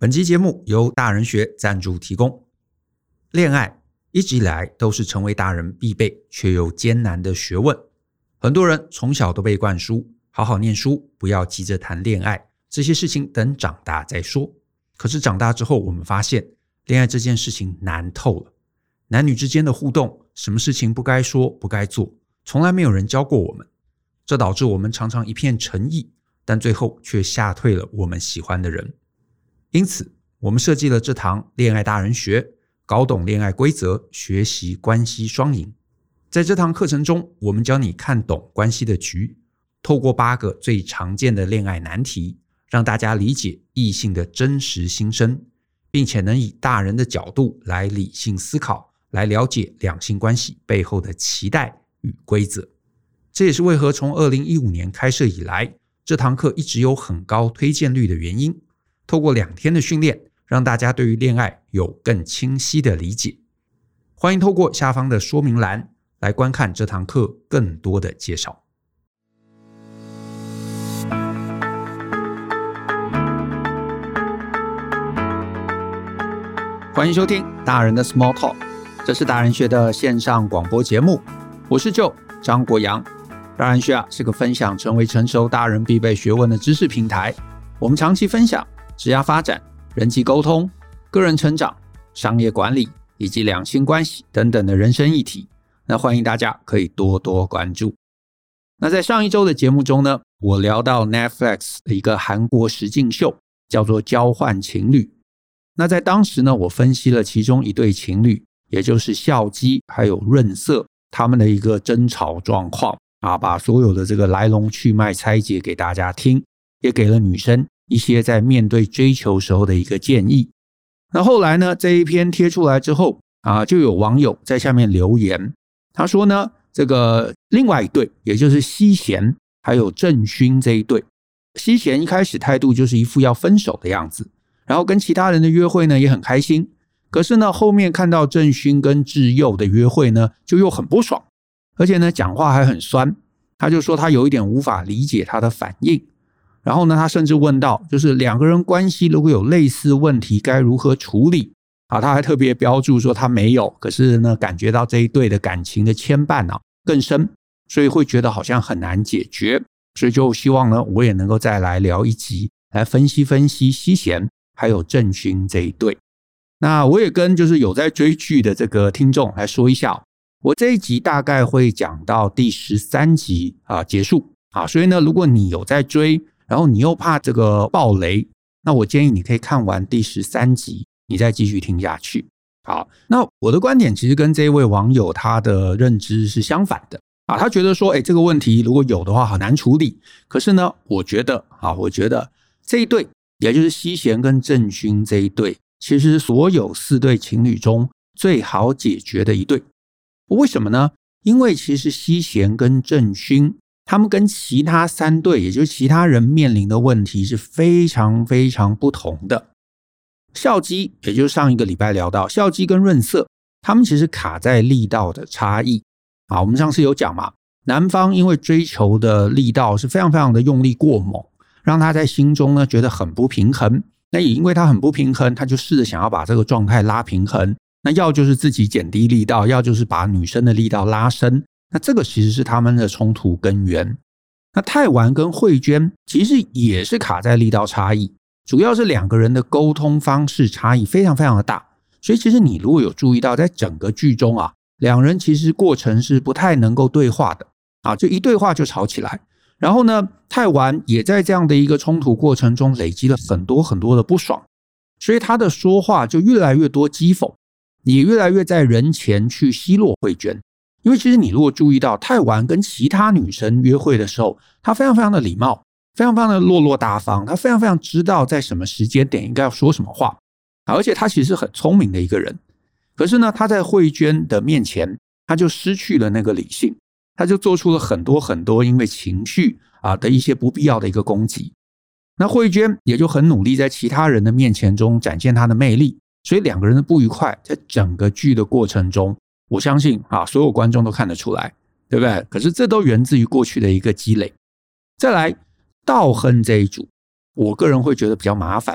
本期节目由大人学赞助提供。恋爱一直以来都是成为大人必备却又艰难的学问。很多人从小都被灌输好好念书，不要急着谈恋爱，这些事情等长大再说。可是长大之后，我们发现恋爱这件事情难透了。男女之间的互动，什么事情不该说不该做，从来没有人教过我们。这导致我们常常一片诚意，但最后却吓退了我们喜欢的人。因此我们设计了这堂恋爱大人学，搞懂恋爱规则，学习关系双赢。在这堂课程中，我们教你看懂关系的局，透过8个最常见的恋爱难题，让大家理解异性的真实心声，并且能以大人的角度来理性思考，来了解两性关系背后的期待与规则。这也是为何从2015年开设以来，这堂课一直有很高推荐率的原因。透过2天的训练，让大家对于恋爱有更清晰的理解。欢迎透过下方的说明栏来观看这堂课更多的介绍。欢迎收听大人的 Small Talk， 这是大人学的线上广播节目，我是Joe张国洋。大人学是个分享成为成熟大人必备学问的知识平台，我们长期分享职业发展、人际沟通、个人成长、商业管理以及两性关系等等的人生议题。那欢迎大家可以多多关注。那在上一周的节目中呢，我聊到 Netflix 的一个韩国实境秀，叫做交换情侣。那在当时呢，我分析了其中一对情侣，也就是孝基还有润色他们的一个争吵状况把所有的这个来龙去脉拆解给大家听，也给了女生一些在面对追求时候的一个建议。那后来呢，这一篇贴出来之后就有网友在下面留言，他说呢，这个另外一对，也就是西贤还有郑勋这一对，西贤一开始态度就是一副要分手的样子，然后跟其他人的约会呢也很开心，可是呢后面看到郑勋跟智佑的约会呢就又很不爽，而且呢讲话还很酸，他就说他有一点无法理解他的反应。然后呢，他甚至问到，就是2个人关系如果有类似问题该如何处理他还特别标注说他没有，可是呢感觉到这一对的感情的牵绊更深，所以会觉得好像很难解决，所以就希望呢我也能够再来聊一集，来分析分析西贤还有郑勋这一对。那我也跟就是有在追剧的这个听众来说一下，我这一集大概会讲到第13集结束所以呢如果你有在追，然后你又怕这个爆雷，那我建议你可以看完第13集，你再继续听下去。好，那我的观点其实跟这位网友他的认知是相反的他觉得说这个问题如果有的话很难处理，可是呢我觉得这一对也就是西贤跟郑勋这一对，其实所有4对情侣中最好解决的一对。为什么呢？因为其实西贤跟郑勋他们跟其他3对，也就是其他人面临的问题是非常非常不同的。孝基，也就是上一个礼拜聊到孝基跟润色，他们其实卡在力道的差异我们上次有讲嘛，男方因为追求的力道是非常非常的用力过猛，让他在心中呢觉得很不平衡。那也因为他很不平衡，他就试着想要把这个状态拉平衡，那要就是自己减低力道，要就是把女生的力道拉升，那这个其实是他们的冲突根源。那泰丸跟慧娟其实也是卡在力道差异，主要是2个人的沟通方式差异非常非常的大。所以其实你如果有注意到，在整个剧中2人其实过程是不太能够对话的就一对话就吵起来。然后呢，泰丸也在这样的一个冲突过程中累积了很多很多的不爽，所以他的说话就越来越多讥讽，也越来越在人前去奚落慧娟。因为其实你如果注意到，泰丸跟其他女生约会的时候，他非常非常的礼貌，非常非常的落落大方，他非常非常知道在什么时间点应该要说什么话而且他其实是很聪明的一个人。可是呢，他在慧娟的面前，他就失去了那个理性，他就做出了很多很多因为情绪的一些不必要的一个攻击。那慧娟也就很努力在其他人的面前中展现她的魅力，所以2个人的不愉快在整个剧的过程中，我相信所有观众都看得出来，对不对？可是这都源自于过去的一个积累。再来道亨这一组，我个人会觉得比较麻烦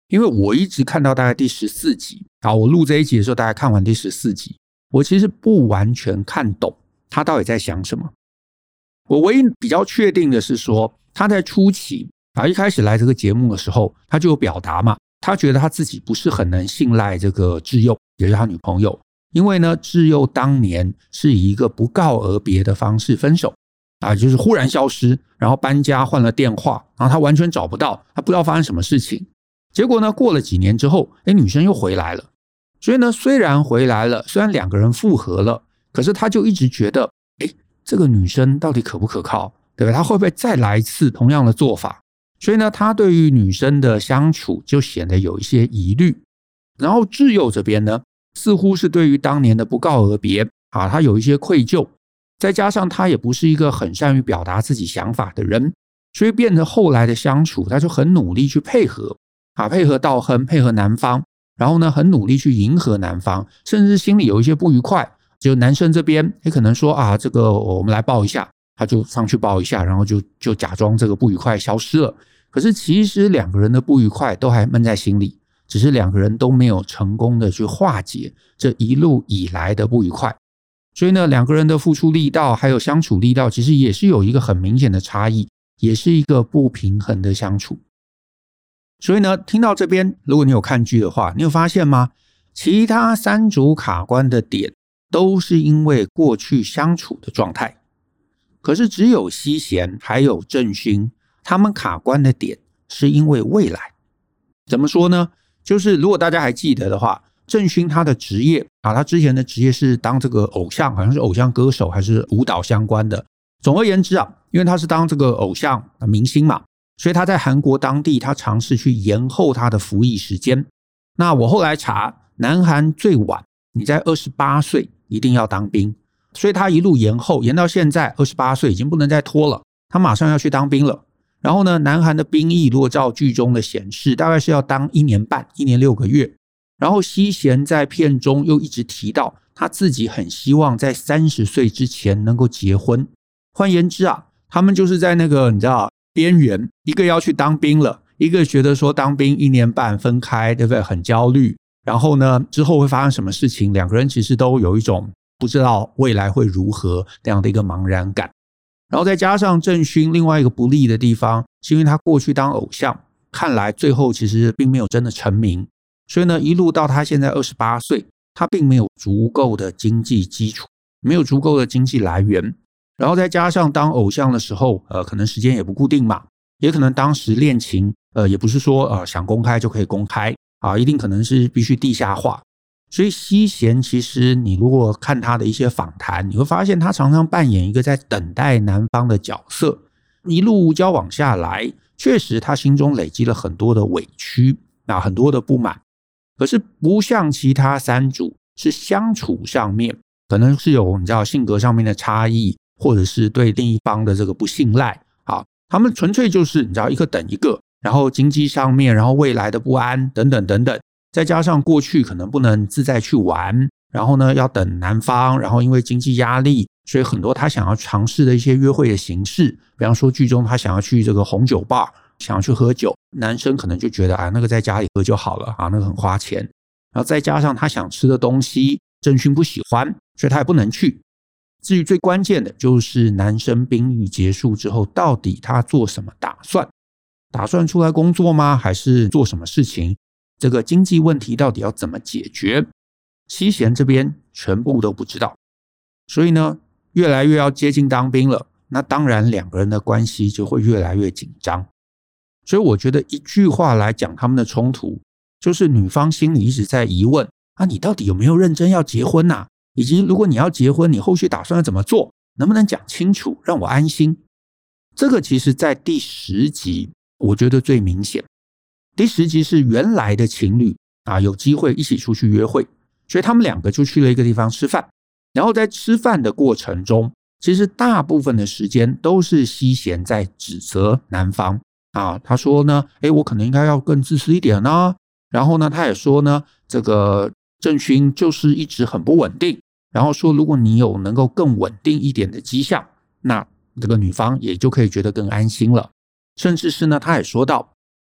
因为我一直看到大概第14集啊，我录这一集的时候大概看完第14集，我其实不完全看懂他到底在想什么。我唯一比较确定的是说，他在初期啊，一开始来这个节目的时候，他就有表达嘛，他觉得他自己不是很能信赖这个智佑，也是他女朋友，因为呢，智佑当年是以一个不告而别的方式分手啊，就是忽然消失，然后搬家换了电话，然后他完全找不到，他不知道发生什么事情。结果呢，过了几年之后，女生又回来了。所以呢，虽然回来了，虽然两个人复合了，可是他就一直觉得，这个女生到底可不可靠？对吧？他会不会再来一次同样的做法？所以呢，他对于女生的相处就显得有一些疑虑。然后智佑这边呢，似乎是对于当年的不告而别啊，他有一些愧疚，再加上他也不是一个很善于表达自己想法的人，所以变得后来的相处，他就很努力去配合啊，配合道亨，配合男方，然后呢，很努力去迎合男方，甚至心里有一些不愉快，就男生这边也可能说啊，这个我们来抱一下，他就上去抱一下，然后就假装这个不愉快消失了。可是其实两个人的不愉快都还闷在心里，只是两个人都没有成功的去化解这一路以来的不愉快。所以呢，两个人的付出力道还有相处力道其实也是有一个很明显的差异，也是一个不平衡的相处。所以呢，听到这边，如果你有看剧的话，你有发现吗？其他三组卡关的点都是因为过去相处的状态，可是只有西贤还有郑勋，他们卡关的点是因为未来。怎么说呢？就是如果大家还记得的话，郑勋他的职业啊，他之前的职业是当这个偶像，好像是偶像歌手还是舞蹈相关的。总而言之啊，因为他是当这个偶像明星嘛，所以他在韩国当地他尝试去延后他的服役时间。那我后来查，南韩最晚你在28岁一定要当兵，所以他一路延后，延到现在28岁已经不能再拖了，他马上要去当兵了。然后呢，南韩的兵役如果照剧中的显示，大概是要当1年半，1年6个月。然后西贤在片中又一直提到他自己很希望在30岁之前能够结婚。换言之啊，他们就是在那个你知道边缘，一个要去当兵了，一个觉得说当兵1年半分开，对不对？很焦虑。然后呢，之后会发生什么事情，两个人其实都有一种不知道未来会如何这样的一个茫然感。然后再加上郑勋另外一个不利的地方，是因为他过去当偶像，看来最后其实并没有真的成名，所以呢，一路到他现在28岁，他并没有足够的经济基础，没有足够的经济来源。然后再加上当偶像的时候，可能时间也不固定嘛，也可能当时恋情，也不是说想公开就可以公开啊，一定可能是必须地下化。所以西贤其实你如果看他的一些访谈，你会发现他常常扮演一个在等待男方的角色。一路交往下来，确实他心中累积了很多的委屈，很多的不满。可是不像其他三组是相处上面可能是有你知道性格上面的差异，或者是对另一方的这个不信赖啊，他们纯粹就是你知道一个等一个，然后经济上面，然后未来的不安等等等等，再加上过去可能不能自在去玩，然后呢要等男方，然后因为经济压力，所以很多他想要尝试的一些约会的形式，比方说剧中他想要去这个红酒吧，想要去喝酒，男生可能就觉得那个在家里喝就好了那个很花钱。然后再加上他想吃的东西郑勋不喜欢，所以他也不能去。至于最关键的就是男生兵役结束之后到底他做什么打算出来工作吗？还是做什么事情？这个经济问题到底要怎么解决？西贤这边全部都不知道。所以呢，越来越要接近当兵了，那当然两个人的关系就会越来越紧张。所以我觉得一句话来讲他们的冲突，就是女方心里一直在疑问你到底有没有认真要结婚啊？以及如果你要结婚，你后续打算要怎么做？能不能讲清楚，让我安心？这个其实在第10集我觉得最明显。第10集是原来的情侣有机会一起出去约会，所以他们两个就去了一个地方吃饭。然后在吃饭的过程中，其实大部分的时间都是西贤在指责男方他说呢，我可能应该要更自私一点呢。然后呢，他也说呢，这个郑勋就是一直很不稳定，然后说如果你有能够更稳定一点的迹象，那这个女方也就可以觉得更安心了。甚至是呢，他也说到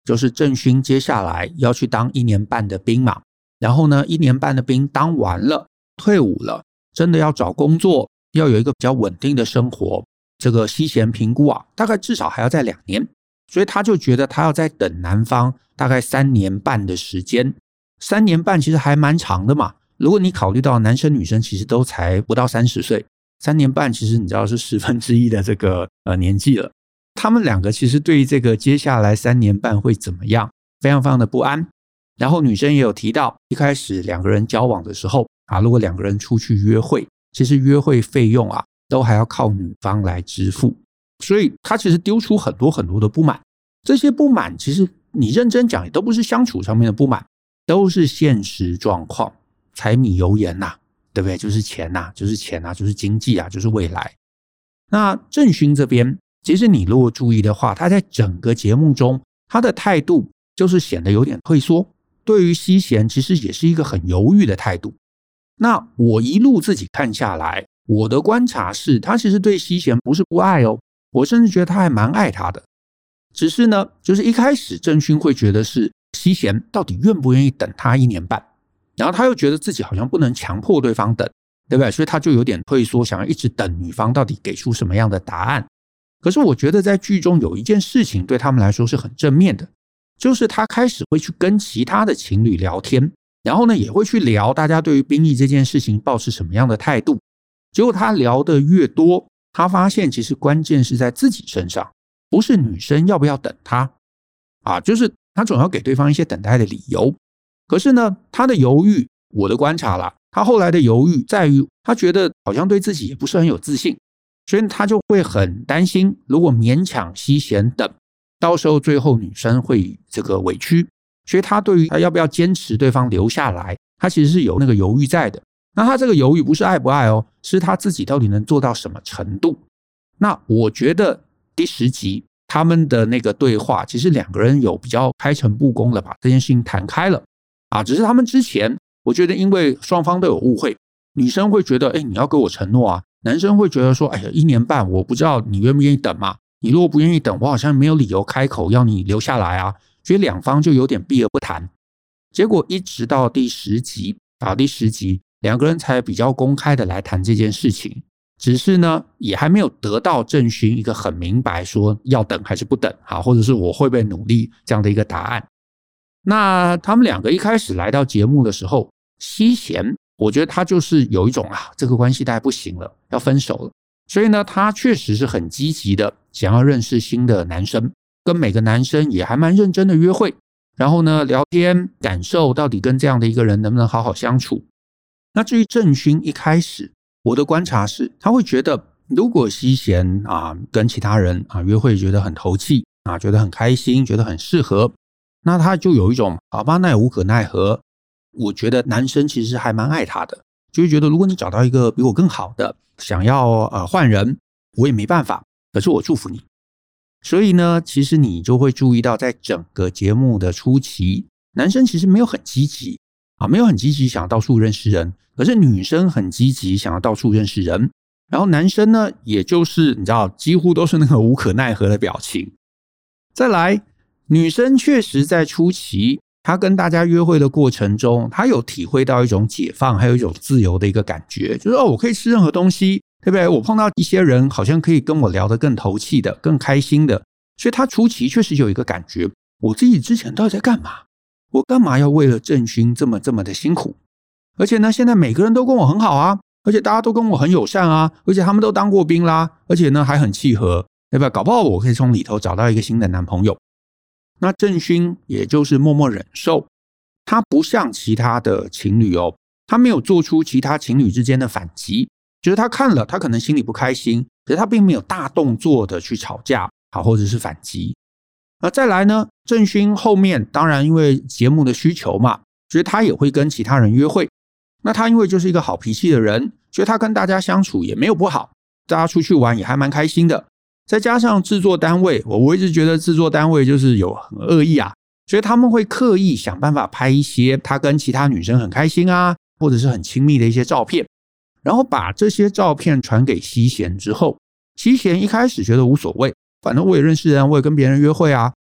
就是郑勋接下来要去当1年半的兵嘛，然后呢1年半的兵当完了，退伍了，真的要找工作，要有一个比较稳定的生活，这个西贤评估啊，大概至少还要再2年，所以他就觉得他要再等男方大概3年半的时间。3年半其实还蛮长的嘛，如果你考虑到男生女生其实都才不到30岁，3年半其实你知道是1/10的这个年纪了。他们两个其实对于这个接下来3年半会怎么样非常非常的不安。然后女生也有提到，一开始2个人交往的时候啊，如果2个人出去约会，其实约会费用啊都还要靠女方来支付，所以他其实丢出很多很多的不满。这些不满其实你认真讲也都不是相处上面的不满，都是现实状况，柴米油盐呐，对不对？就是钱呐，就是钱啊，就是经济啊，就是未来。那郑勋这边其实你如果注意的话，他在整个节目中他的态度就是显得有点退缩，对于西贤其实也是一个很犹豫的态度。那我一路自己看下来，我的观察是他其实对西贤不是不爱哦，我甚至觉得他还蛮爱他的。只是呢，就是一开始郑勋会觉得是西贤到底愿不愿意等他1年半，然后他又觉得自己好像不能强迫对方等，对不对？所以他就有点退缩，想要一直等女方到底给出什么样的答案。可是我觉得在剧中有一件事情对他们来说是很正面的，就是他开始会去跟其他的情侣聊天，然后呢也会去聊大家对于兵役这件事情抱持什么样的态度。结果他聊得越多，他发现其实关键是在自己身上，不是女生要不要等他啊，就是他总要给对方一些等待的理由。可是呢，他的犹豫，我的观察啦，他后来的犹豫在于他觉得好像对自己也不是很有自信，所以他就会很担心，如果勉强西贤等，到时候最后女生会这个委屈，所以他对于他要不要坚持对方留下来，他其实是有那个犹豫在的。那他这个犹豫不是爱不爱哦，是他自己到底能做到什么程度。那我觉得第10集他们的那个对话，其实2个人有比较开诚布公的把这件事情谈开了啊。只是他们之前我觉得因为双方都有误会，女生会觉得你要给我承诺啊，男生会觉得说1年半我不知道你愿不愿意等嘛，你如果不愿意等，我好像没有理由开口要你留下来啊，所以2方就有点避而不谈。结果一直到第10集啊，第10集2个人才比较公开的来谈这件事情，只是呢也还没有得到郑勋一个很明白说要等还是不等啊，或者是我会不会努力这样的一个答案。那他们2个一开始来到节目的时候，西贤我觉得他就是有一种这个关系大概不行了，要分手了，所以呢他确实是很积极的想要认识新的男生，跟每个男生也还蛮认真的约会，然后呢聊天感受到底跟这样的一个人能不能好好相处。那至于郑勋一开始我的观察是他会觉得如果西贤跟其他人约会觉得很投契觉得很开心，觉得很适合，那他就有一种好吧那也无可奈何。我觉得男生其实还蛮爱他的，就会觉得如果你找到一个比我更好的，想要换人，我也没办法，可是我祝福你。所以呢其实你就会注意到在整个节目的初期，男生其实没有很积极没有很积极想要到处认识人，可是女生很积极想要到处认识人，然后男生呢也就是你知道几乎都是那个无可奈何的表情。再来女生确实在初期她跟大家约会的过程中，她有体会到一种解放还有一种自由的一个感觉，就是我可以吃任何东西，对不对？我碰到一些人好像可以跟我聊得更投契的更开心的，所以她初期确实有一个感觉，我自己之前到底在干嘛，我干嘛要为了郑勋这么的辛苦？而且呢现在每个人都跟我很好啊，而且大家都跟我很友善啊，而且他们都当过兵啦，而且呢还很契合，对吧？搞不好我可以从里头找到一个新的男朋友。那郑勋也就是默默忍受，他不像其他的情侣他没有做出其他情侣之间的反击，就是他看了他可能心里不开心，可是他并没有大动作的去吵架或者是反击。再来呢，郑勋后面当然因为节目的需求嘛，所以他也会跟其他人约会。那他因为就是一个好脾气的人，所以他跟大家相处也没有不好，大家出去玩也还蛮开心的。再加上制作单位，我一直觉得制作单位就是有很恶意所以他们会刻意想办法拍一些他跟其他女生很开心或者是很亲密的一些照片，然后把这些照片传给西贤之后，西贤一开始觉得无所谓，反正我也认识人，我也跟别人约会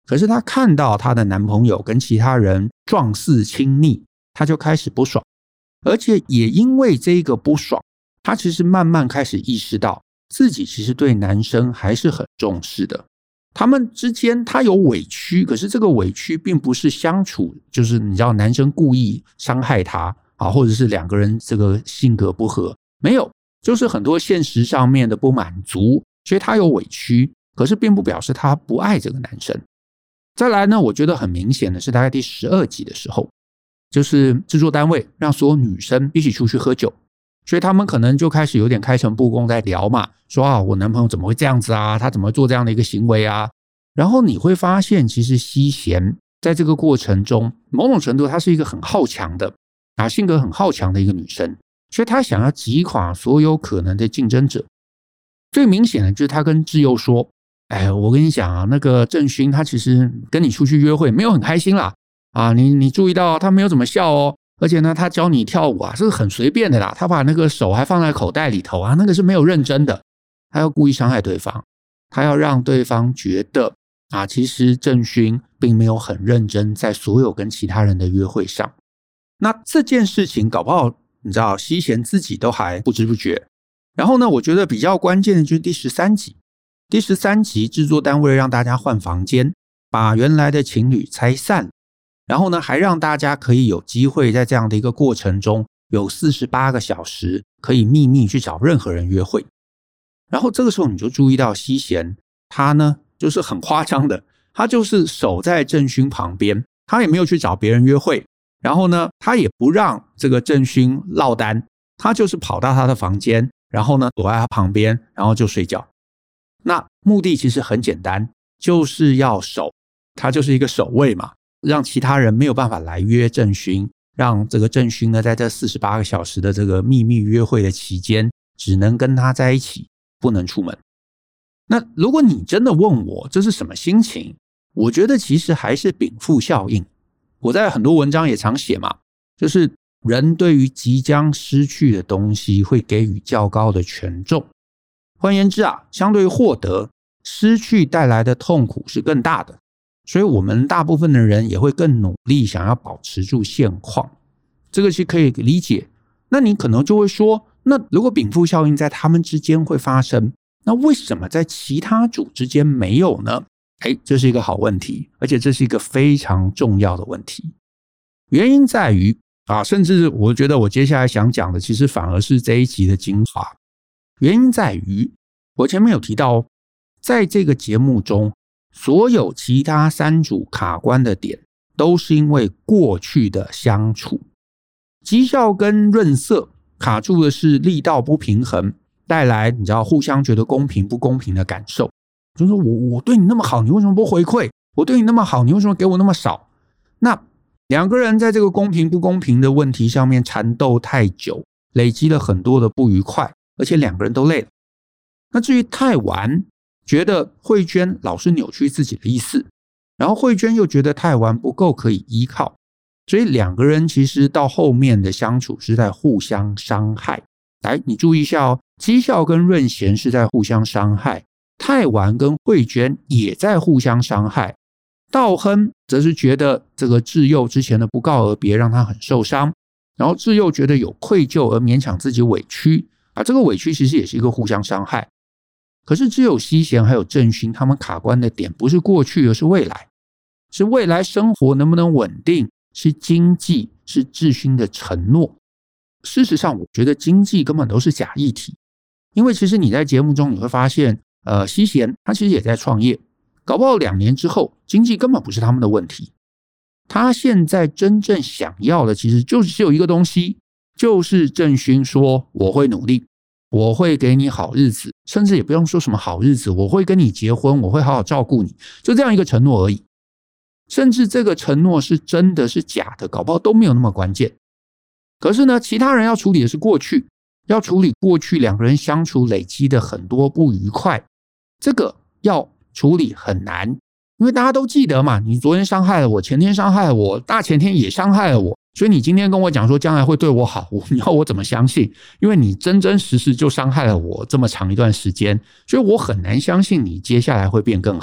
可是她看到她的男朋友跟其他人状似亲昵，她就开始不爽，而且也因为这个不爽，她其实慢慢开始意识到自己其实对男生还是很重视的。他们之间她有委屈，可是这个委屈并不是相处，就是你知道男生故意伤害她或者是两个人这个性格不合，没有，就是很多现实上面的不满足，所以她有委屈，可是并不表示她不爱这个男生。再来呢，我觉得很明显的是大概第12集的时候，就是制作单位让所有女生一起出去喝酒，所以他们可能就开始有点开诚布公在聊嘛，说我男朋友怎么会这样子啊，他怎么会做这样的一个行为啊。然后你会发现其实希贤在这个过程中某种程度她是一个很好强的性格很好强的一个女生，所以她想要击垮所有可能的竞争者。最明显的就是她跟智佑说，我跟你讲那个郑勋他其实跟你出去约会没有很开心啦你注意到他没有怎么笑哦，而且呢他教你跳舞这是很随便的啦，他把那个手还放在口袋里头那个是没有认真的，他要故意伤害对方，他要让对方觉得其实郑勋并没有很认真在所有跟其他人的约会上。那这件事情搞不好你知道希贤自己都还不知不觉。然后呢，我觉得比较关键的就是第13集。第13集制作单位让大家换房间，把原来的情侣拆散，然后呢还让大家可以有机会在这样的一个过程中有48个小时可以秘密去找任何人约会。然后这个时候你就注意到希贤他呢就是很夸张的，他就是守在郑勋旁边，他也没有去找别人约会，然后呢他也不让这个郑勋落单，他就是跑到他的房间，然后呢躲在他旁边，然后就睡觉。那目的其实很简单，就是要守，他就是一个守卫嘛，让其他人没有办法来约郑勋，让这个郑勋呢在这48个小时的这个秘密约会的期间只能跟他在一起，不能出门。那如果你真的问我这是什么心情，我觉得其实还是禀赋效应。我在很多文章也常写嘛，就是人对于即将失去的东西会给予较高的权重。换言之相对于获得，失去带来的痛苦是更大的，所以我们大部分的人也会更努力想要保持住现况，这个是可以理解。那你可能就会说，那如果禀赋效应在他们之间会发生，那为什么在其他组之间没有呢？这是一个好问题，而且这是一个非常重要的问题。原因在于甚至我觉得我接下来想讲的其实反而是这一集的精华。原因在于我前面有提到在这个节目中所有其他3组卡关的点都是因为过去的相处。绩效跟润色卡住的是力道不平衡，带来你知道互相觉得公平不公平的感受，就是我对你那么好，你为什么不回馈？我对你那么好，你为什么给我那么少？那两个人在这个公平不公平的问题上面缠斗太久，累积了很多的不愉快，而且两个人都累了。那至于太晚觉得慧娟老是扭曲自己的意思，然后慧娟又觉得太晚不够可以依靠，所以两个人其实到后面的相处是在互相伤害。来，你注意一下绩效跟润贤是在互相伤害，太晚跟慧娟也在互相伤害，道亨则是觉得这个智佑之前的不告而别让他很受伤，然后智佑觉得有愧疚而勉强自己委屈这个委屈其实也是一个互相伤害。可是只有希贤还有郑勋他们卡关的点不是过去，而是未来，是未来生活能不能稳定，是经济，是智勋的承诺。事实上我觉得经济根本都是假议题，因为其实你在节目中你会发现希贤他其实也在创业，搞不好2年之后经济根本不是他们的问题。他现在真正想要的其实就是只有一个东西，就是郑勋说我会努力，我会给你好日子，甚至也不用说什么好日子，我会跟你结婚，我会好好照顾你，就这样一个承诺而已。甚至这个承诺是真的是假的，搞不好都没有那么关键。可是呢，其他人要处理的是过去，要处理过去两个人相处累积的很多不愉快，这个要处理很难，因为大家都记得嘛，你昨天伤害了我，前天伤害了我，大前天也伤害了我，所以你今天跟我讲说将来会对我好，你要我怎么相信？因为你真真实实就伤害了我这么长一段时间，所以我很难相信你接下来会变更好。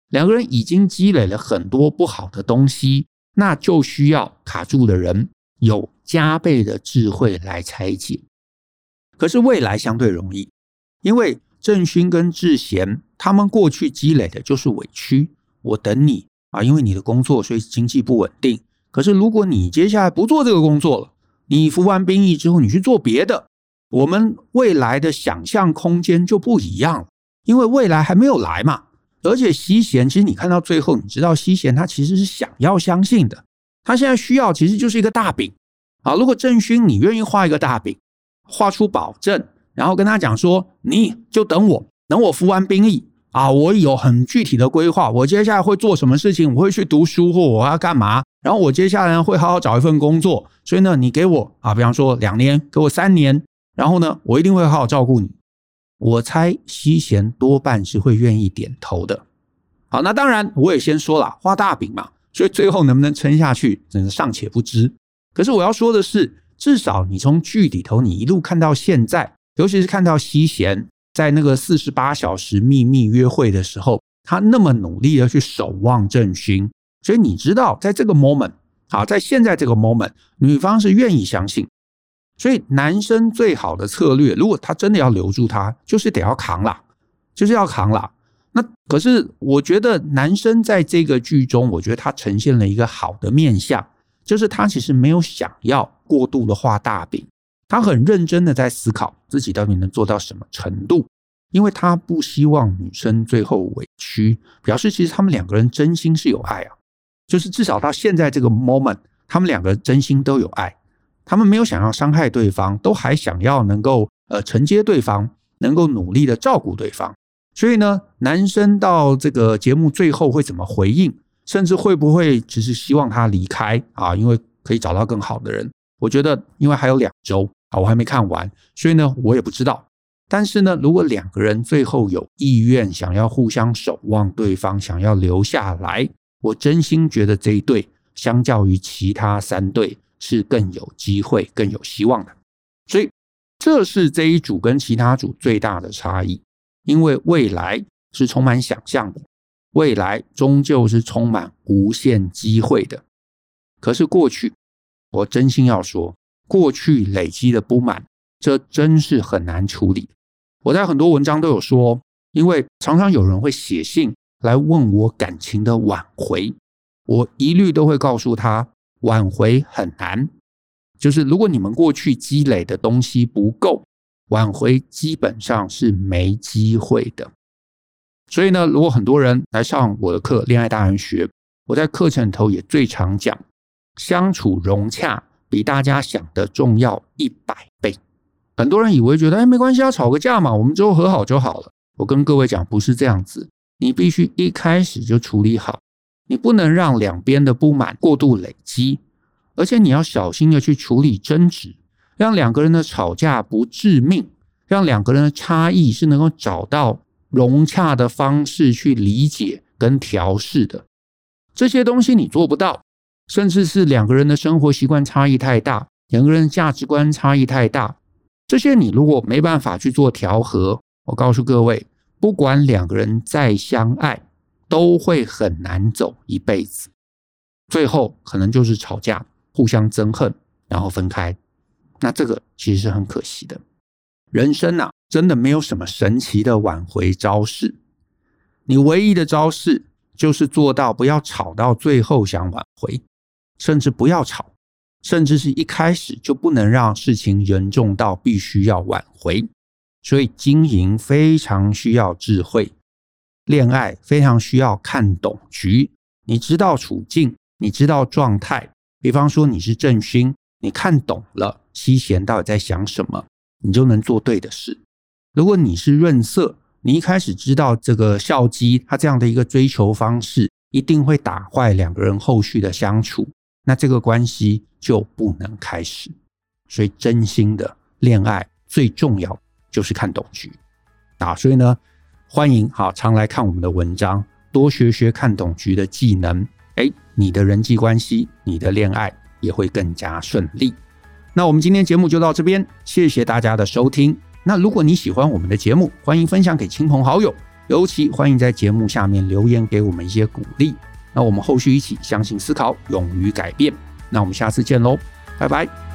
两个人已经积累了很多不好的东西，那就需要卡住的人有加倍的智慧来拆解。可是未来相对容易，因为郑勋跟智贤他们过去积累的就是委屈，我等你因为你的工作所以经济不稳定，可是如果你接下来不做这个工作了，你服完兵役之后你去做别的，我们未来的想象空间就不一样了，因为未来还没有来嘛。而且西贤其实你看到最后，你知道西贤他其实是想要相信的，他现在需要其实就是一个大饼如果郑勋你愿意画一个大饼，画出保证，然后跟他讲说你就等我服完兵役我有很具体的规划，我接下来会做什么事情，我会去读书或我要干嘛，然后我接下来会好好找一份工作，所以呢你给我比方说2年，给我3年，然后呢我一定会好好照顾你。我猜西贤多半是会愿意点头的。好，那当然我也先说了，画大饼嘛，所以最后能不能撑下去真的尚且不知。可是我要说的是，至少你从剧里头你一路看到现在，尤其是看到西贤在那个48小时秘密约会的时候，他那么努力的去守望郑勋，所以你知道在这个 moment 在现在这个 moment 女方是愿意相信。所以男生最好的策略，如果他真的要留住他，就是得要扛啦，就是要扛啦。那可是我觉得男生在这个剧中，我觉得他呈现了一个好的面向，就是他其实没有想要过度的画大饼，他很认真的在思考自己到底能做到什么程度，因为他不希望女生最后委屈，表示其实他们两个人真心是有爱就是至少到现在这个 moment 他们两个真心都有爱，他们没有想要伤害对方，都还想要能够承接对方，能够努力的照顾对方。所以呢，男生到这个节目最后会怎么回应，甚至会不会只是希望他离开因为可以找到更好的人，我觉得因为还有2周我还没看完，所以呢我也不知道。但是呢，如果两个人最后有意愿想要互相守望对方，想要留下来，我真心觉得这一对相较于其他3对是更有机会更有希望的。所以这是这一组跟其他组最大的差异，因为未来是充满想象的，未来终究是充满无限机会的。可是过去，我真心要说，过去累积的不满，这真是很难处理。我在很多文章都有说，因为常常有人会写信来问我感情的挽回，我一律都会告诉他，挽回很难，就是如果你们过去积累的东西不够，挽回基本上是没机会的。所以呢，如果很多人来上我的课恋爱大人学，我在课程里头也最常讲，相处融洽比大家想的重要100倍。很多人以为觉得没关系，要吵个架嘛，我们之后和好就好了。我跟各位讲，不是这样子，你必须一开始就处理好，你不能让两边的不满过度累积，而且你要小心的去处理争执，让两个人的吵架不致命，让两个人的差异是能够找到融洽的方式去理解跟调试的。这些东西你做不到，甚至是两个人的生活习惯差异太大，两个人的价值观差异太大，这些你如果没办法去做调和，我告诉各位，不管两个人再相爱，都会很难走一辈子，最后可能就是吵架，互相憎恨，然后分开。那这个其实是很可惜的。人生真的没有什么神奇的挽回招式，你唯一的招式就是做到不要吵到最后想挽回，甚至不要吵，甚至是一开始就不能让事情严重到必须要挽回。所以经营非常需要智慧，恋爱非常需要看懂局，你知道处境，你知道状态，比方说你是郑勋，你看懂了西贤到底在想什么，你就能做对的事。如果你是润色，你一开始知道这个孝基他这样的一个追求方式一定会打坏两个人后续的相处，那这个关系就不能开始。所以真心的恋爱最重要就是看懂局所以呢，欢迎常来看我们的文章，多学学看懂局的技能，你的人际关系，你的恋爱也会更加顺利。那我们今天节目就到这边，谢谢大家的收听。那如果你喜欢我们的节目，欢迎分享给亲朋好友， 尤其欢迎在节目下面留言给我们一些鼓励。那我们后续一起相信思考，勇于改变。那我们下次见喽，拜拜。